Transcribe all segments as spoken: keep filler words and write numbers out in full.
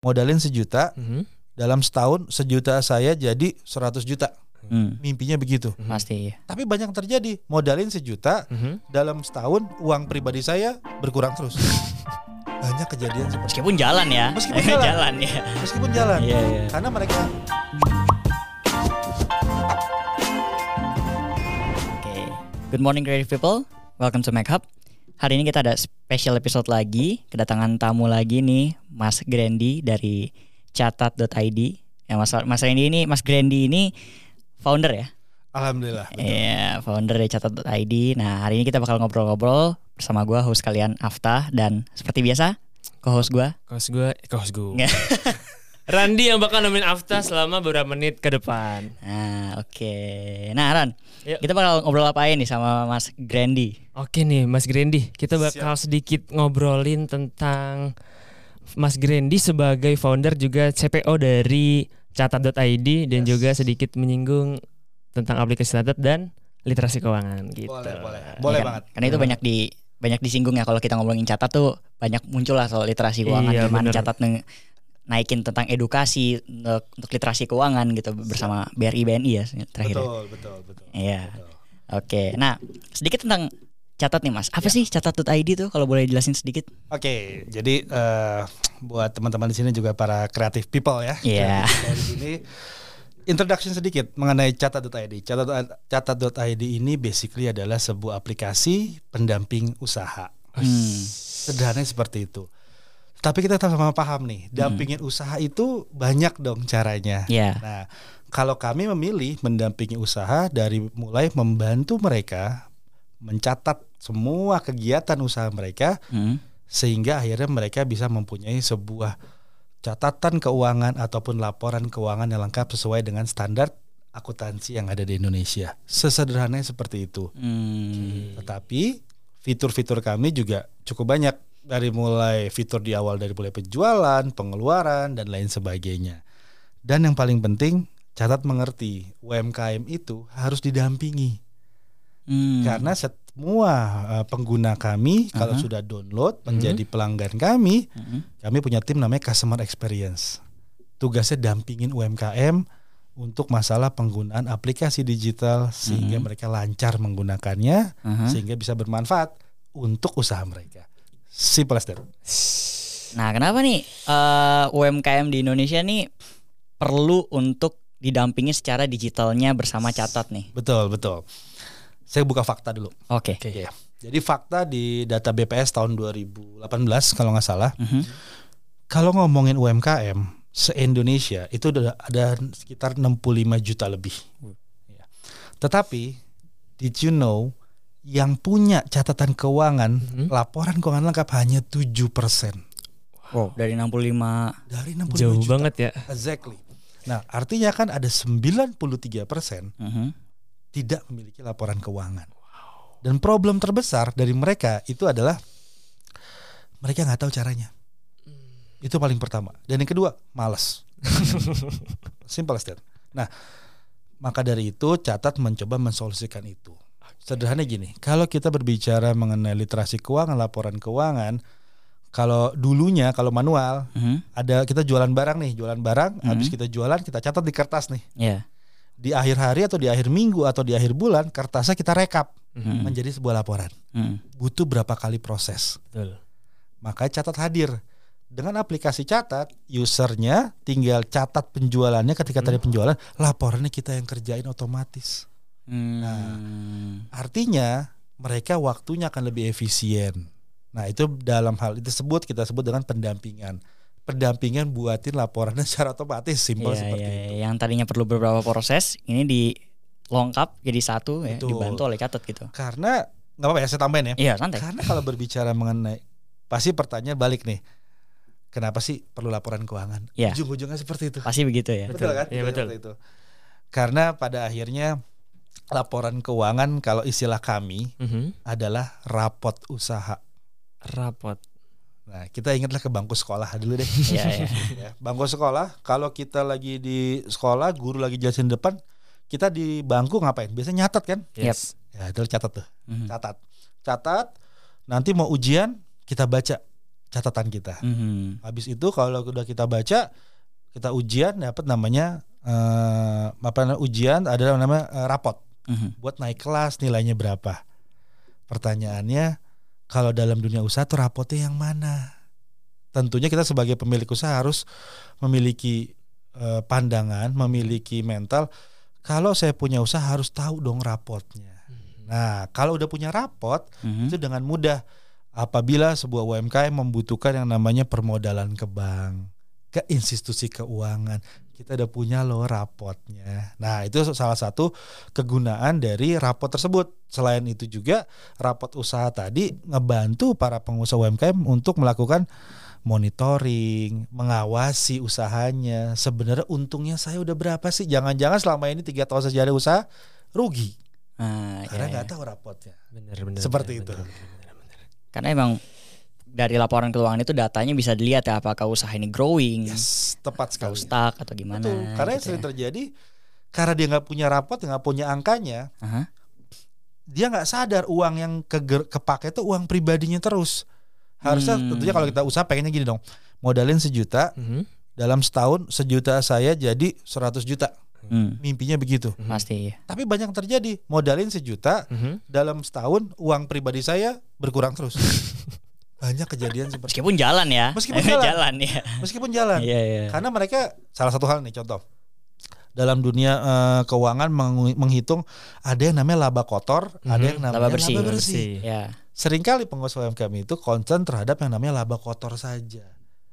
modalin sejuta, Mm-hmm. dalam setahun sejuta saya jadi seratus juta. Hmm. Mimpinya begitu. Mm-hmm. Pasti. Tapi banyak terjadi, modalin sejuta, Mm-hmm. dalam setahun uang pribadi saya berkurang terus. Banyak kejadian seperti Meskipun jalan ya. Meskipun jalan. jalan ya. meskipun jalan. Iya, iya. Karena mereka Oke. Good morning creative people. Welcome to Mac Hub. Hari ini kita ada special episode lagi. Kedatangan tamu lagi nih, Mas Grandi dari catat dot i d. Ya, Mas Mas Grandi ini, Mas Grandi ini founder ya. alhamdulillah. Iya, yeah, founder dari catat dot i d. Nah, hari ini kita bakal ngobrol-ngobrol bersama gue, host kalian Aftah, dan seperti biasa, co-host gue. Kos gue, kos gue. Randy yang bakal nemenin Aftah selama beberapa menit ke depan. Nah, oke. Okay. Nah, Ran, Yuk. kita bakal ngobrol apa nih sama Mas Grandi? Oke nih, Mas Grandi, kita bakal Siap. sedikit ngobrolin tentang Mas Grandi sebagai founder juga C P O dari catat dot i d dan Yes. juga sedikit menyinggung tentang aplikasi catat dan literasi keuangan gitu. Boleh, boleh. Boleh Ya kan? banget. Karena itu banyak di banyak disinggung ya, kalau kita ngomongin catat tuh banyak muncul lah soal literasi keuangan, Iya, gimana bener. catat nge- naikin tentang edukasi untuk, untuk literasi keuangan gitu bersama B R I B N I ya terakhir. ya. Betul, betul, betul. Iya. betul. Oke. Nah, sedikit tentang catat nih Mas. Apa Ya. sih catat dot i d tuh, kalau boleh jelasin sedikit? Oke, jadi eh, buat teman-teman di sini juga para creative people ya. Iya. Creative people di sini. Introduction sedikit mengenai catat dot i d. Catat catat dot i d ini basically adalah sebuah aplikasi pendamping usaha. Hmm. Sederhananya seperti itu. Tapi kita sama-sama paham nih, dampingin Hmm. usaha itu banyak dong caranya. Iya. Nah, kalau kami memilih mendampingi usaha dari mulai membantu mereka mencatat semua kegiatan usaha mereka, Hmm. sehingga akhirnya mereka bisa mempunyai sebuah catatan keuangan ataupun laporan keuangan yang lengkap sesuai dengan standar akuntansi yang ada di Indonesia. Sesederhananya seperti itu. Hmm. Tetapi fitur-fitur kami juga cukup banyak, dari mulai fitur di awal dari mulai penjualan, pengeluaran dan lain sebagainya. Dan yang paling penting, catat mengerti U M K M itu harus didampingi. Hmm. Karena semua uh, pengguna kami kalau Aha. sudah download menjadi pelanggan kami, Hmm. kami punya tim namanya Customer Experience. Tugasnya dampingin U M K M untuk masalah penggunaan aplikasi digital sehingga Mhm. mereka lancar menggunakannya, Aha. sehingga bisa bermanfaat untuk usaha mereka. Simple as that. Nah, kenapa nih eh, U M K M di Indonesia nih perlu untuk didampingi secara digitalnya bersama catat nih? Betul, betul. Saya buka fakta dulu. Oke. Oke. Jadi fakta di data B P S tahun dua ribu delapan belas kalau nggak salah, Mhm. kalau ngomongin U M K M se-Indonesia itu ada, ada sekitar enam puluh lima juta lebih. Ya. Tetapi did you know yang punya catatan keuangan, Mhm. laporan keuangan lengkap hanya tujuh persen. Wow, dari enam puluh lima. Dari enam puluh lima Jauh juta. banget ya. Exactly. Nah, artinya kan ada sembilan puluh tiga persen Mhm. tidak memiliki laporan keuangan. Dan problem terbesar dari mereka itu adalah mereka nggak tahu caranya. Itu paling pertama. Dan yang kedua, malas. Simple as that. Nah, maka dari itu catat mencoba mensolusikan itu. Sederhana gini, kalau kita berbicara mengenai literasi keuangan, laporan keuangan, kalau dulunya kalau manual Mhm. ada kita jualan barang nih, jualan barang, Mhm. habis kita jualan kita catat di kertas nih. Iya. Di akhir hari atau di akhir minggu atau di akhir bulan kertasnya kita rekap Mhm. menjadi sebuah laporan. Mhm. Butuh berapa kali proses. Betul. Maka catat hadir. Dengan aplikasi catat, usernya tinggal catat penjualannya ketika tadi penjualan, laporannya kita yang kerjain otomatis. Hmm. Artinya mereka waktunya akan lebih efisien. Nah, itu dalam hal itu sebut kita sebut dengan pendampingan. Pendampingan buatin laporannya secara otomatis, simpel Iya, seperti iya, itu. yang tadinya perlu beberapa proses, ini dilengkap jadi satu ya, Betul. dibantu oleh catat gitu. Karena nggak apa-apa ya, saya tambahin ya. Iya, santai. Karena kalau berbicara mengenai, pasti pertanyaan balik nih, kenapa sih perlu laporan keuangan? Iya. Ujung-ujungnya seperti itu. Pasti begitu ya. Betul, kan? Iya, betul. Seperti itu. Karena pada akhirnya laporan keuangan kalau istilah kami Mhm. adalah rapot usaha. Rapot. Nah, kita ingatlah ke bangku sekolah dulu deh. Iya, iya. Ya, bangku sekolah, kalau kita lagi di sekolah, guru lagi jelasin depan, kita di bangku ngapain? Biasanya nyatat kan? Yes. Ya, itu catat tuh. Mhm. Catat. Catat, nanti mau ujian kita baca. catatan kita. Mhm. Habis itu kalau udah kita baca, kita ujian dapat namanya uh, apa namanya ujian ada namanya uh, rapot. Mhm. Buat naik kelas nilainya berapa. Pertanyaannya, kalau dalam dunia usaha tuh rapotnya yang mana? Tentunya kita sebagai pemilik usaha harus memiliki uh, pandangan, memiliki mental. Kalau saya punya usaha harus tahu dong rapotnya. Nah, kalau udah punya rapot, Mhm. itu dengan mudah. Apabila sebuah U M K M membutuhkan yang namanya permodalan ke bank, ke institusi keuangan, kita udah punya loh rapotnya. Nah, itu salah satu kegunaan dari rapot tersebut. Selain itu juga rapot usaha tadi ngebantu para pengusaha U M K M untuk melakukan monitoring, mengawasi usahanya. Sebenarnya untungnya saya udah berapa sih? Jangan-jangan selama ini tiga tahun saja ada usaha rugi Ah, karena iya, nggak iya. tahu rapotnya. Bener, bener, Seperti bener, itu. bener, bener, bener, bener. Karena emang dari laporan keuangan itu datanya bisa dilihat ya apakah usaha ini growing, Yes, tepat atau sekali. stuck atau gimana. Betul. Karena yang gitu sering ya. terjadi karena dia nggak punya rapot, nggak punya angkanya, Aha. dia nggak sadar uang yang keger- kepake itu uang pribadinya terus. Harusnya Hmm. tentunya kalau kita usaha pengennya gini dong, modalin sejuta, Mhm. dalam setahun sejuta saya jadi seratus juta. Hmm. Mimpinya begitu. Mhm. Pasti. Tapi banyak terjadi, modalin sejuta, Mhm. dalam setahun uang pribadi saya berkurang terus. Banyak kejadian seperti Meskipun jalan ya. Meskipun jalan. jalan ya. meskipun jalan. Iya, iya. Karena mereka salah satu hal nih contoh. Dalam dunia eh, keuangan meng- menghitung ada yang namanya laba kotor, Mhm. ada yang namanya Laba laba bersih. bersih. Bersih. Ya. Seringkali pengusaha U M K M itu concern terhadap yang namanya laba kotor saja.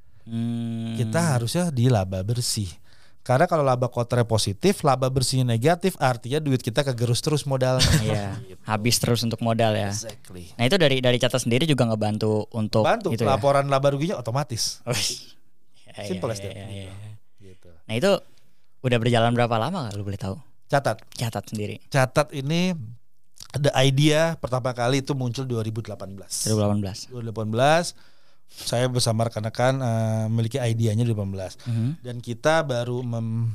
Hmm. Kita harusnya di laba bersih. Karena kalau laba kotornya positif, laba bersihnya negatif, artinya duit kita kegerus terus modalnya. Iya. Habis terus untuk modal ya. Exactly. Nah, itu dari dari catat sendiri juga ngebantu untuk Bantu itu ya. laporan laba ruginya otomatis. Oh, ya, Simple ya, as that. ya, ya, ya. Gitu. Nah, itu udah berjalan berapa lama nggak lu boleh tahu? Catat, Catat sendiri. catat ini ada idea pertama kali itu muncul dua ribu delapan belas. dua ribu delapan belas. dua ribu delapan belas saya bersama rekan-rekan uh, memiliki idenya dua ribu delapan belas Mhm. dan kita baru mem,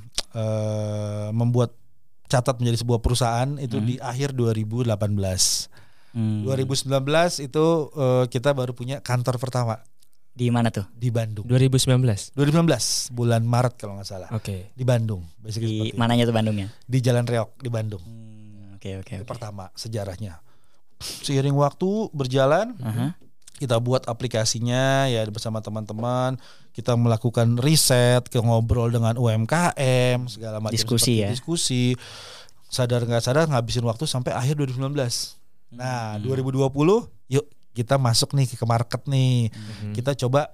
uh, membuat catat menjadi sebuah perusahaan itu Hmm. di akhir dua ribu delapan belas. Hmm. dua ribu sembilan belas itu uh, kita baru punya kantor pertama Di mana tuh? di Bandung. dua ribu sembilan belas. dua ribu sembilan belas bulan Maret kalau nggak salah. Oke. Di Bandung, basically Di seperti mananya tuh Bandungnya? itu. Di Jalan Reok di Bandung. Hmm, Oke, oke, Itu oke. pertama sejarahnya. Seiring waktu berjalan, Aha. kita buat aplikasinya ya bersama teman-teman, kita melakukan riset, ke ngobrol dengan U M K M segala macam, Diskusi seperti ya. diskusi, sadar nggak sadar ngabisin waktu sampai akhir dua ribu sembilan belas. Nah, Hmm. dua ribu dua puluh yuk kita masuk nih ke market nih, Mhm. kita coba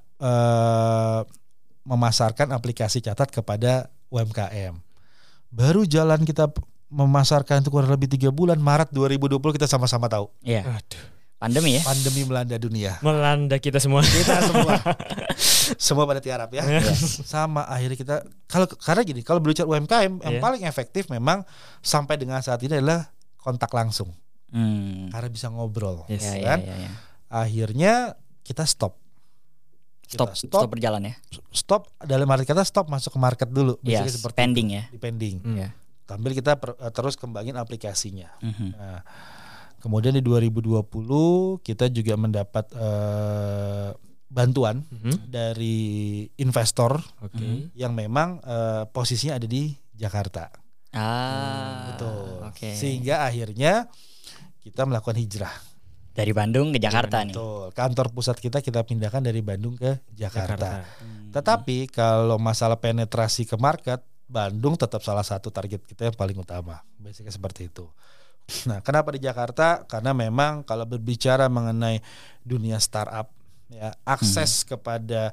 eh, memasarkan aplikasi catat kepada U M K M. Baru jalan kita p- memasarkan itu kurang lebih tiga bulan, Maret dua ribu dua puluh kita sama-sama tahu Iya. Aduh. Pandemi ya? pandemi melanda dunia. Melanda kita semua. Kita semua semua pada tiarap ya. Yes. Sama akhirnya kita kalau karena gini, kalau berbicara U M K M yang Iya. paling efektif memang sampai dengan saat ini adalah kontak langsung Hmm. karena bisa ngobrol. Yes. Ya, ya, kan? ya, ya. Akhirnya kita stop. Stop, Kita stop, stop, berjalan ya. stop dalam arti kata stop masuk ke market dulu. Iya, Basically seperti pending itu. ya. Di pending. Hmm. Iya. Sambil kita per- eh, terus kembangin aplikasinya. Mhm. Nah, kemudian di dua ribu dua puluh kita juga mendapat eh, bantuan Mhm. dari investor Oke. yang memang eh, posisinya ada di Jakarta. Ah, Betul. Oke. Sehingga akhirnya kita melakukan hijrah. Dari Bandung ke Jakarta nih. Betul. Kantor pusat kita kita pindahkan dari Bandung ke Jakarta. Hmm. Tetapi kalau masalah penetrasi ke market, Bandung tetap salah satu target kita yang paling utama. Basicnya seperti itu. Nah, kenapa di Jakarta? Karena memang kalau berbicara mengenai dunia startup, ya akses kepada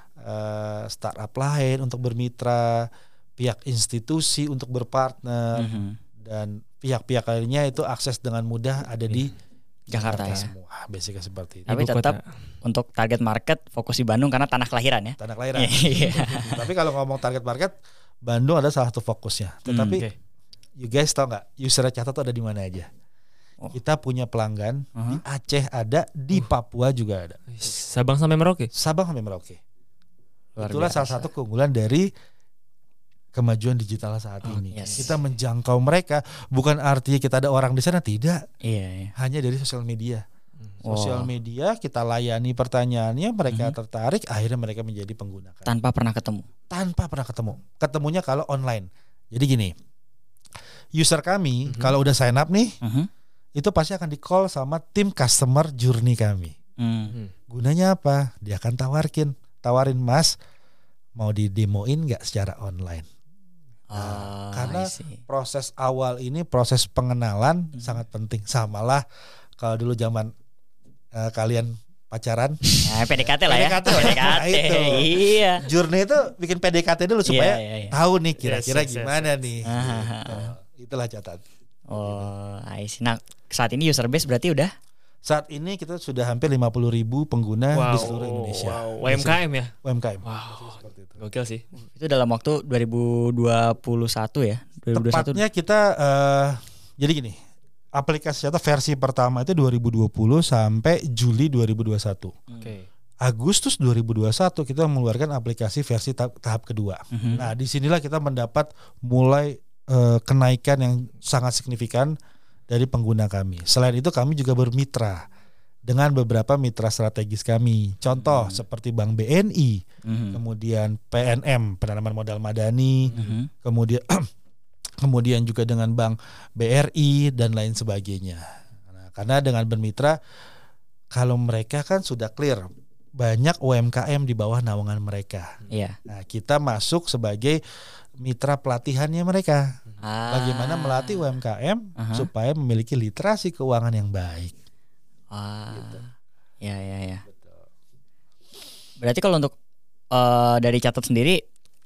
eh, startup lain untuk bermitra, pihak institusi untuk berpartner, Mhm. dan pihak-pihak lainnya itu akses dengan mudah ada di Jakarta ya. semua. Basicnya seperti itu. Tapi Ibu tetap kota. untuk target market fokus di Bandung karena tanah kelahiran ya. Tanah kelahiran. Iya. Tapi kalau ngomong target market, Bandung ada salah satu fokusnya. Tetapi Oke. you guys tau nggak, user catat tuh ada di mana aja? Oh. Kita punya pelanggan di Uh-huh. Aceh ada, di Papua juga ada. Sabang sampai Merauke. Sabang sampai Merauke. Luar Itulah biasa. salah satu keunggulan dari kemajuan digital saat Oh, ini. yes. Kita menjangkau mereka, bukan artinya kita ada orang di sana, tidak. Iya, iya. Hanya dari sosial media. Sosial media kita layani pertanyaannya, mereka mm-hmm. tertarik, akhirnya mereka menjadi pengguna kami. Tanpa pernah ketemu. Tanpa pernah ketemu. Ketemunya kalau online. Jadi gini, user kami mm-hmm. kalau udah sign up nih, mm-hmm. itu pasti akan di-call sama tim customer journey kami. Mm-hmm. Gunanya apa? Dia akan tawarkin, tawarin Mas, mau didemoin nggak secara online? Nah, oh, karena proses awal ini proses pengenalan mm-hmm. sangat penting. Samalah kalau dulu zaman Uh, kalian pacaran, nah, P D K T lah ya. P D K T, P D K T. Nah, itu. Iya. Journey itu bikin P D K T dulu supaya yeah, yeah, yeah. tahu nih kira-kira yes, yes, gimana yes. nih. Ah, gitu. ah, Itulah catat. Oh, I see. Nah, saat ini user base berarti udah? Saat ini kita sudah hampir lima puluh ribu pengguna wow, di seluruh Indonesia. Wow. U M K M ya? U M K M. Wow. Seperti itu. Gokil sih. Itu dalam waktu dua ribu dua puluh satu ya? dua ribu dua puluh satu. Tepatnya kita uh, jadi gini. Aplikasi Catat versi pertama itu dua ribu dua puluh sampai Juli dua ribu dua puluh satu. Oke. Okay. Agustus dua ribu dua puluh satu kita mengeluarkan aplikasi versi tahap, tahap kedua. Mm-hmm. Nah, disinilah kita mendapat mulai uh, kenaikan yang sangat signifikan dari pengguna kami. Selain itu kami juga bermitra dengan beberapa mitra strategis kami. Contoh mm-hmm. seperti Bank B N I, mm-hmm. kemudian P N M, penanaman modal madani, mm-hmm. kemudian kemudian juga dengan Bank B R I dan lain sebagainya. Nah, karena dengan bermitra, kalau mereka kan sudah clear banyak U M K M di bawah naungan mereka. Iya. Nah, kita masuk sebagai mitra pelatihannya mereka. Ah. Bagaimana melatih U M K M uh-huh. supaya memiliki literasi keuangan yang baik. Ah. Gitu. Ya ya ya. Betul. Berarti kalau untuk uh, dari Catat sendiri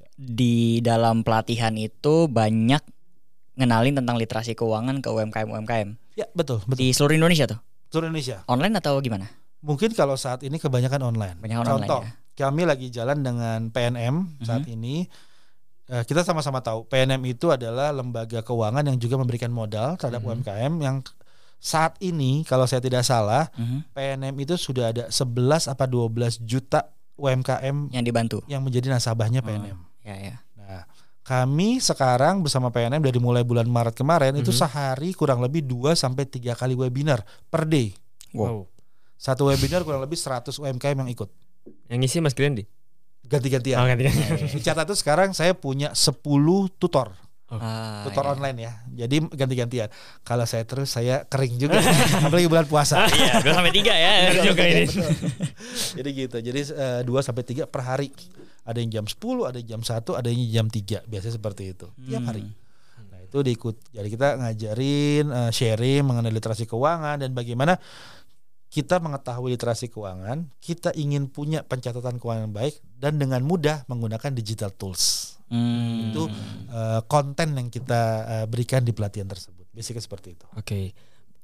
di dalam pelatihan itu banyak ngenalin tentang literasi keuangan ke U M K M U M K M. Ya, betul, betul. Di seluruh Indonesia tuh? Seluruh Indonesia. Online atau gimana? Mungkin kalau saat ini kebanyakan online. Kebanyakan Contoh, online, ya? Kami lagi jalan dengan P N M mm-hmm. saat ini. Kita sama-sama tahu P N M itu adalah lembaga keuangan yang juga memberikan modal terhadap mm-hmm. U M K M yang saat ini kalau saya tidak salah mm-hmm. P N M itu sudah ada sebelas apa dua belas juta U M K M yang dibantu, yang menjadi nasabahnya P N M. Oh, ya ya. Nah, kami sekarang bersama P N M dari mulai bulan Maret kemarin mm-hmm. itu sehari kurang lebih dua sampai tiga kali webinar per day. Wow. Satu webinar kurang lebih seratus U M K M yang ikut. Yang ngisi Mas Grendi? Ganti-gantian. Oh, ganti-gantian. Di Catat itu sekarang saya punya sepuluh tutor. Ah, tutor iya. online ya. Jadi ganti-gantian. Kalau saya terus saya kering juga. Apalagi bulan puasa. Iya, dua sampai tiga ya. juga ini. Jadi gitu. Jadi uh, dua sampai tiga per hari. Ada yang jam sepuluh, ada yang jam satu, ada yang jam tiga. Biasanya seperti itu. Tiap hari. Nah, itu diikut. Jadi kita ngajarin uh, sharing mengenai literasi keuangan dan bagaimana kita mengetahui literasi keuangan, kita ingin punya pencatatan keuangan yang baik dan dengan mudah menggunakan digital tools. Hmm. Itu uh, konten yang kita uh, berikan di pelatihan tersebut. Basicnya seperti itu. Oke.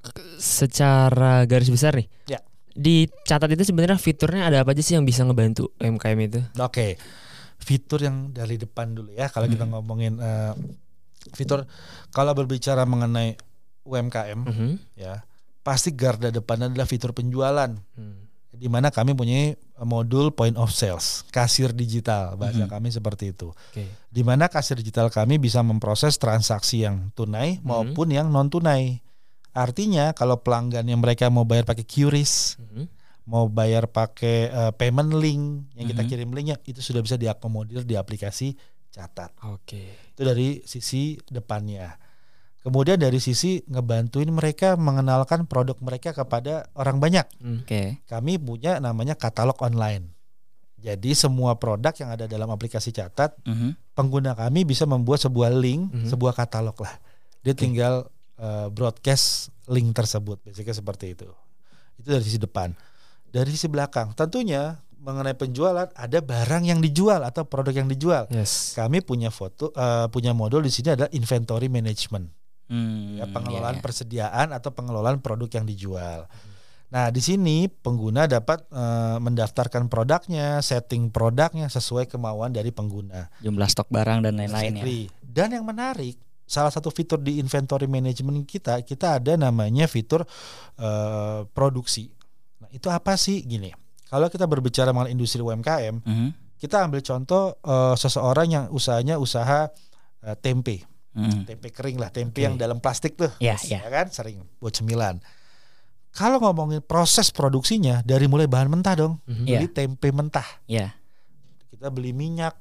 Secara garis besar nih. Ya. Di Catat itu sebenarnya fiturnya ada apa aja sih yang bisa ngebantu U M K M itu? Oke. Fitur yang dari depan dulu ya. Kalau hmm. kita ngomongin uh, fitur, kalau berbicara mengenai U M K M hmm. ya, pasti garda depan adalah fitur penjualan. Hmm. Di mana kami punya modul point of sales, kasir digital, bahasa mm-hmm. kami seperti itu. Okay. Di mana kasir digital kami bisa memproses transaksi yang tunai mm-hmm. maupun yang non tunai. Artinya kalau pelanggan yang mereka mau bayar pakai Q R I S, mm-hmm. mau bayar pakai uh, payment link yang kita mm-hmm. kirim linknya, itu sudah bisa diakomodir di aplikasi Catat. Oke. Okay. Itu dari sisi depannya. Kemudian dari sisi ngebantuin mereka mengenalkan produk mereka kepada orang banyak. Oke. Okay. Kami punya namanya katalog online. Jadi semua produk yang ada dalam aplikasi Catat, mm-hmm. pengguna kami bisa membuat sebuah link, mm-hmm. sebuah katalog lah. Dia okay. tinggal uh, broadcast link tersebut. Basicnya seperti itu. Itu dari sisi depan. Dari sisi belakang, tentunya mengenai penjualan ada barang yang dijual atau produk yang dijual. Yes. Kami punya foto, uh, punya modul di sini adalah inventory management. Hmm, ya, pengelolaan yeah, yeah. persediaan atau pengelolaan produk yang dijual. Nah, di sini pengguna dapat uh, mendaftarkan produknya, setting produknya sesuai kemauan dari pengguna. Jumlah stok barang dan lain-lain ya. Dan yang menarik, salah satu fitur di inventory management kita, kita ada namanya fitur uh, produksi. Nah, itu apa sih? Gini, kalau kita berbicara mengenai industri U M K M, mm-hmm. kita ambil contoh uh, seseorang yang usahanya usaha uh, tempe. Hmm. Tempe kering lah, tempe okay. yang dalam plastik tuh, yeah, yeah. ya kan, sering buat cemilan. Kalau ngomongin proses produksinya dari mulai bahan mentah dong, Mhm. beli Iya. tempe mentah, Iya. kita beli minyak,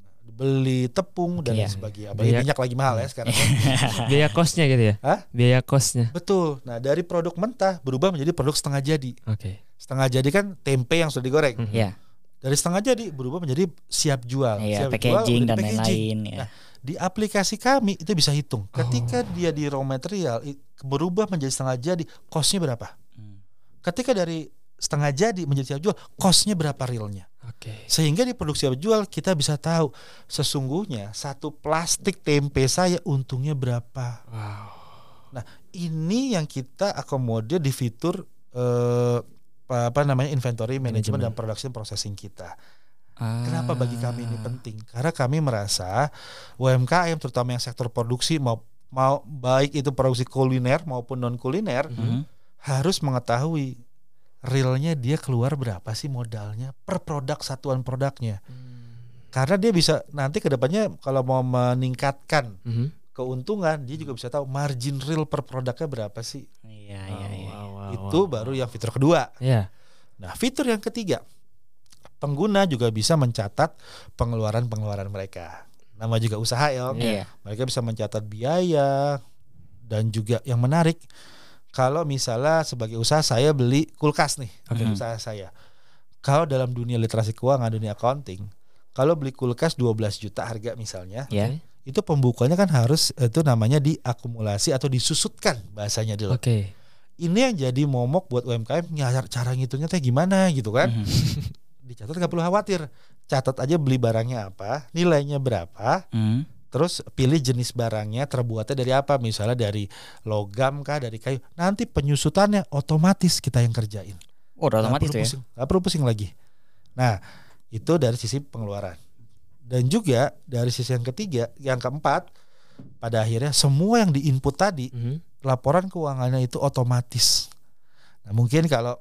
beli tepung dan Iya. lain sebagainya. Apalagi Biaya- minyak lagi mahal ya sekarang. Biaya kosnya gitu ya? Hah? Biaya kosnya. Betul. Nah dari produk mentah berubah menjadi produk setengah jadi. Oke. Setengah jadi kan tempe yang sudah digoreng. Mhm. Iya. Dari setengah jadi berubah menjadi siap jual. Iya, siap packaging jual, dan udah di packaging. lain-lain ya. Nah, di aplikasi kami itu bisa hitung. Ketika Oh. dia di raw material i- berubah menjadi setengah jadi, costnya berapa? Hmm. Ketika dari setengah jadi menjadi siap jual, costnya berapa realnya? Oke. Sehingga di produksi siap jual kita bisa tahu sesungguhnya satu plastik tempe saya untungnya berapa. Wow. Nah ini yang kita akomodir di fitur eh, apa, apa namanya inventory management dan Manajemen. production processing kita. Ah. Kenapa bagi kami ini penting? Karena kami merasa U M K M terutama yang sektor produksi mau mau baik itu produksi kuliner maupun non kuliner Mhm. harus mengetahui realnya dia keluar berapa sih modalnya per produk satuan produknya. Karena dia bisa nanti kedepannya kalau mau meningkatkan Mhm. keuntungan dia juga bisa tahu margin real per produknya berapa sih. Iya, iya, iya. Wow, wow, Itu wow. baru yang fitur kedua. Iya. Nah, fitur yang ketiga, pengguna juga bisa mencatat pengeluaran-pengeluaran mereka. Nama juga usaha ya, Om. Iya. Mereka bisa mencatat biaya dan juga yang menarik kalau misalnya sebagai usaha saya beli kulkas nih, Oke. usaha saya. Kalau dalam dunia literasi keuangan, dunia accounting, kalau beli kulkas dua belas juta harga misalnya, Ya. itu pembukuannya kan harus itu namanya diakumulasi atau disusutkan bahasanya dulu. Oke. Ini yang jadi momok buat U M K M, ya, cara ngitungnya teh gimana gitu kan. Mhm. Dicatat nggak perlu khawatir. Catat aja beli barangnya apa, nilainya berapa, Mhm. terus pilih jenis barangnya terbuatnya dari apa, misalnya dari logam kah, dari kayu. Nanti penyusutannya otomatis kita yang kerjain. Oh, udah Nggak otomatis perlu tuh ya. pusing, nggak perlu pusing lagi. Nah, itu dari sisi pengeluaran. Dan juga dari sisi yang ketiga, yang keempat, pada akhirnya semua yang diinput tadi, Mhm. laporan keuangannya itu otomatis. Nah, mungkin kalau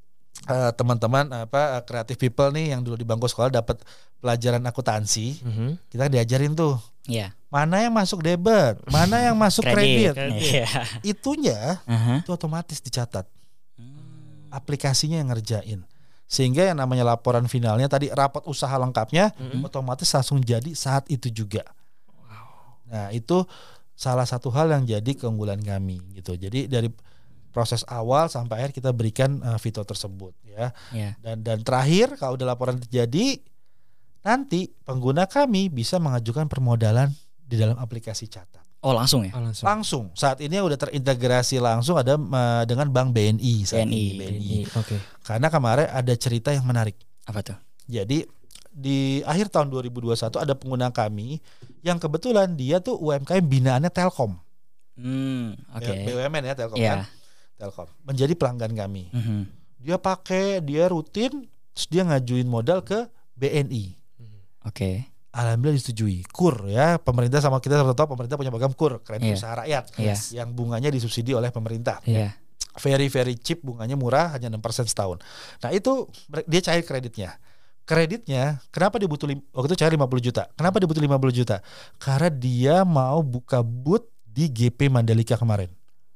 uh, teman-teman apa kreatif people nih yang dulu di bangku sekolah dapat pelajaran akuntansi, Mhm. kita diajarin tuh Iya. mana yang masuk debit, mana yang masuk Kredit. kredit. Iya. Itunya Aha. itu otomatis dicatat. Hmm. Aplikasinya yang ngerjain. Sehingga yang namanya laporan finalnya tadi rapot usaha lengkapnya Mhm. otomatis langsung jadi saat itu juga. Nah, itu salah satu hal yang jadi keunggulan kami gitu. Jadi dari proses awal sampai akhir kita berikan uh, fitur tersebut ya. Iya. Dan dan terakhir kalau udah laporan terjadi nanti pengguna kami bisa mengajukan permodalan di dalam aplikasi Catat. Oh, langsung ya. Oh, langsung. Langsung saat ini udah terintegrasi langsung ada uh, dengan Bank B N I saat B N I. ini, B N I. Oke. Karena kemarin ada cerita yang menarik. Apa tuh? Jadi di akhir tahun dua ribu dua puluh satu ada pengguna kami yang kebetulan dia tuh U M K M binaannya Telkom. Hmm, oke. B U M N ya Telkom Iya. kan. Telkom. Menjadi pelanggan kami. Mhm. Dia pakai, dia rutin, terus dia ngajuin modal ke B N I. Oke. Alhamdulillah disetujui. KUR ya, pemerintah sama kita sama tahu pemerintah punya program KUR, kredit Iya. usaha rakyat, Iya. yang bunganya disubsidi oleh pemerintah. Iya. Very very cheap, bunganya murah, hanya enam persen setahun. Nah, itu dia cair kreditnya. Kreditnya, kenapa dia butuh lim- waktu itu cair lima puluh juta. Kenapa dia butuh lima puluh juta? Karena dia mau buka booth di G P Mandalika kemarin.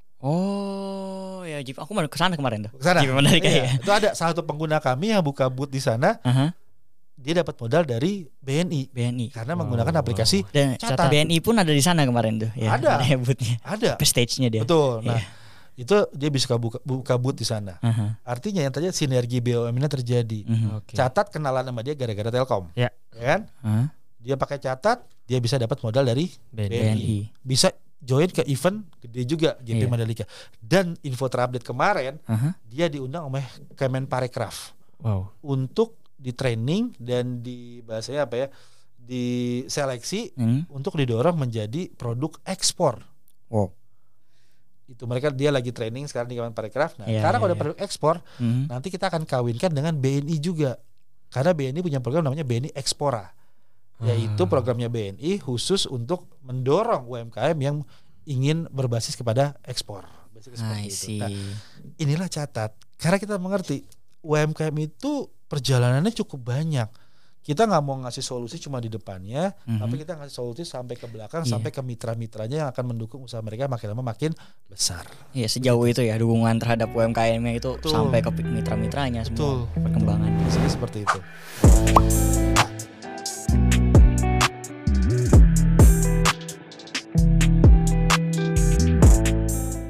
Oh, ya Jeep. Aku mau ke sana kemarin tuh. Ke sana. Jeep Mandalika Iya, ya. itu ada salah satu pengguna kami yang buka booth di sana, Aha. dia dapat modal dari B N I B N I. karena Wow, menggunakan wow, aplikasi Dan Catat. B N I pun ada di sana kemarin tuh. Ya, Ada. booth-nya. ada. Ke stage-nya dia. Betul. Nah, Iya. itu dia bisa buka buka booth di sana. Aha. Artinya yang tadi sinergi B U M N terjadi. Mhm. Oke. Catat kenalan sama dia gara-gara Telkom. Ya. Ya kan? Hah? Dia pakai Catat, dia bisa dapat modal dari B N I. B B N I. bisa join ke event gede juga G P Iya. Mandalika. Dan info terupdate kemarin Aha. dia diundang oleh Kemenparekraf Wow. untuk di training dan di bahasanya apa ya? Diseleksi Hmm. untuk didorong menjadi produk ekspor. Wow. Itu mereka dia lagi training sekarang di Kemenparekraf. Nah, Iya, karena iya, kalau ada iya. produk ekspor, Mhm. nanti kita akan kawinkan dengan B N I juga. Karena B N I punya program namanya B N I Ekspora. Yaitu Ah. programnya B N I khusus untuk mendorong U M K M yang ingin berbasis kepada ekspor. Basically seperti I itu. see. Nah, inilah Catat. Karena kita mengerti U M K M itu perjalanannya cukup banyak. kita nggak mau ngasih solusi cuma di depannya, Mhm. tapi kita ngasih solusi sampai ke belakang, Iya. sampai ke mitra-mitranya yang akan mendukung usaha mereka makin lama makin besar. Iya, sejauh itu ya dukungan terhadap U M K M-nya itu Betul. sampai ke mitra-mitranya semua Betul. perkembangannya. Biasanya seperti itu.